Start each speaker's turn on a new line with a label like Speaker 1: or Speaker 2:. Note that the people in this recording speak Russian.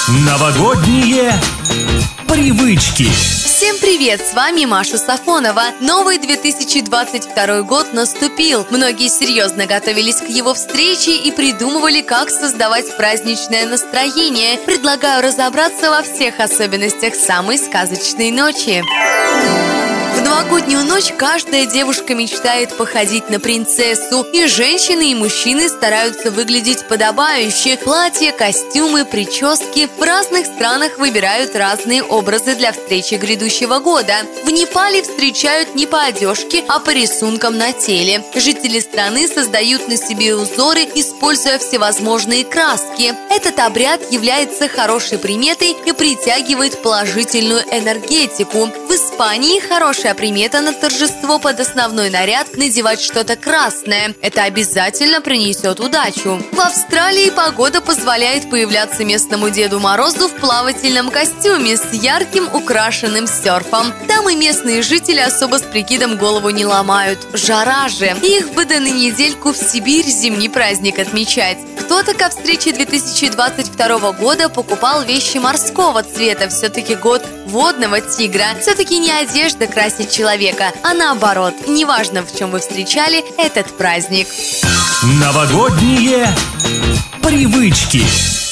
Speaker 1: Новогодние привычки.
Speaker 2: Всем привет! С вами Маша Сафонова. Новый 2022 год наступил. Многие серьезно готовились к его встрече и придумывали, как создавать праздничное настроение. Предлагаю разобраться во всех особенностях самой сказочной ночи. В новогоднюю ночь каждая девушка мечтает походить на принцессу, и женщины, и мужчины стараются выглядеть подобающе. Платья, костюмы, прически. В разных странах выбирают разные образы для встречи грядущего года. В Непале встречают не по одежке, а по рисункам на теле. Жители страны создают на себе узоры, используя всевозможные краски. Этот обряд является хорошей приметой и притягивает положительную энергетику. В Испании хорошая примета на торжество под основной наряд надевать что-то красное. Это обязательно принесет удачу. В Австралии погода позволяет появляться местному Деду Морозу в плавательном костюме с ярким украшенным серфом. Там и местные жители особо с прикидом голову не ломают. Жара же. Их бы да на недельку в Сибирь зимний праздник отмечать. Кто-то ко встрече 2022 года покупал вещи морского цвета. Все-таки год водного тигра. Все-таки не одежда красит человека, а наоборот. Неважно, в чем вы встречали этот праздник.
Speaker 1: Новогодние привычки.